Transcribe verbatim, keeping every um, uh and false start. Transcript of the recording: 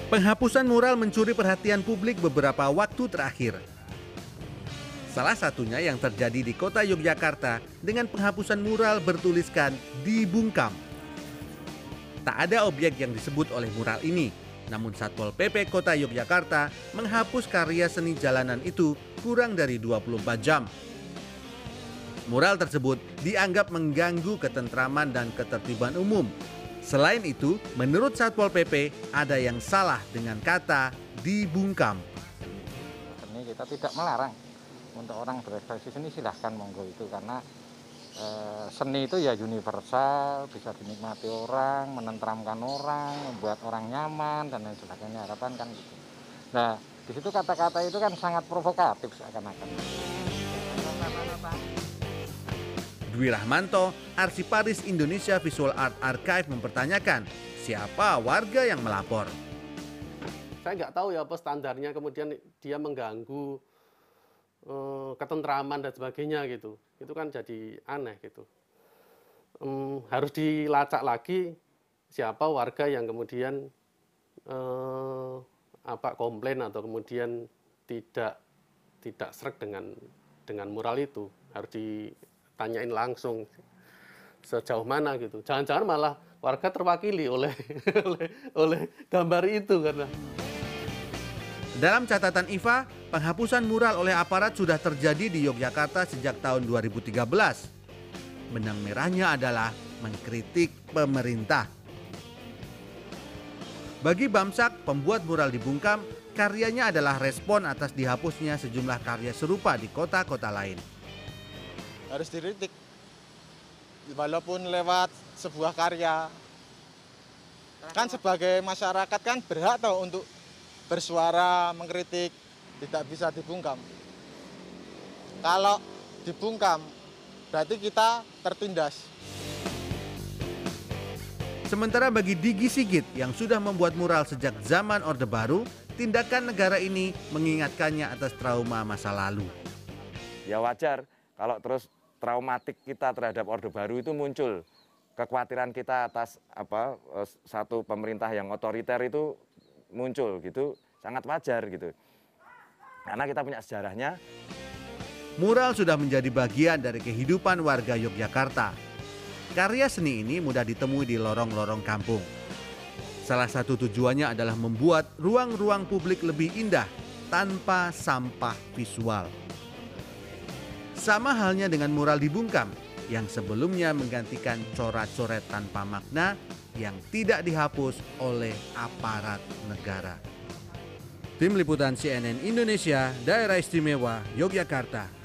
Penghapusan mural mencuri perhatian publik beberapa waktu terakhir. Salah satunya yang terjadi di kota Yogyakarta dengan penghapusan mural bertuliskan "Dibungkam". Tak ada objek yang disebut oleh mural ini, namun Satpol P P Kota Yogyakarta menghapus karya seni jalanan itu kurang dari dua puluh empat jam. Mural tersebut dianggap mengganggu ketentraman dan ketertiban umum. Selain itu, menurut Satpol P P ada yang salah dengan kata "dibungkam". Ini kita tidak melarang untuk orang berekspresi seni, silahkan monggo itu, karena e, seni itu ya universal, bisa dinikmati orang, menenteramkan orang, membuat orang nyaman dan lain sebagainya, harapan kan gitu. Nah, di situ kata-kata itu kan sangat provokatif seakan-akan. Dwi Rahmanto, Arsiparis Indonesia Visual Art Archive mempertanyakan siapa warga yang melapor. Saya nggak tahu ya apa standarnya, kemudian dia mengganggu eh, ketentraman dan sebagainya gitu. Itu kan jadi aneh gitu. Hmm, harus dilacak lagi siapa warga yang kemudian eh, apa komplain atau kemudian tidak tidak sreg dengan dengan mural itu. Harus ditanyain langsung sejauh mana gitu. Jangan-jangan malah warga terwakili oleh oleh, oleh gambar itu karena. Dalam catatan I F A, penghapusan mural oleh aparat sudah terjadi di Yogyakarta sejak tahun dua ribu tiga belas. Benang merahnya adalah mengkritik pemerintah. Bagi Bamsak, pembuat mural Dibungkam, karyanya adalah respon atas dihapusnya sejumlah karya serupa di kota-kota lain. Harus dikritik, walaupun lewat sebuah karya. Kan sebagai masyarakat kan berhak toh untuk bersuara, mengkritik, tidak bisa dibungkam. Kalau dibungkam, berarti kita tertindas. Sementara bagi Digi Sigit yang sudah membuat mural sejak zaman Orde Baru, tindakan negara ini mengingatkannya atas trauma masa lalu. Ya wajar kalau terus traumatik kita terhadap Orde Baru itu muncul. Kekhawatiran kita atas apa satu pemerintah yang otoriter itu muncul gitu, sangat wajar gitu. Karena kita punya sejarahnya. Mural sudah menjadi bagian dari kehidupan warga Yogyakarta. Karya seni ini mudah ditemui di lorong-lorong kampung. Salah satu tujuannya adalah membuat ruang-ruang publik lebih indah tanpa sampah visual. Sama halnya dengan mural Dibungkam yang sebelumnya menggantikan coret-coret tanpa makna yang tidak dihapus oleh aparat negara. Tim Liputan C N N Indonesia, Daerah Istimewa Yogyakarta.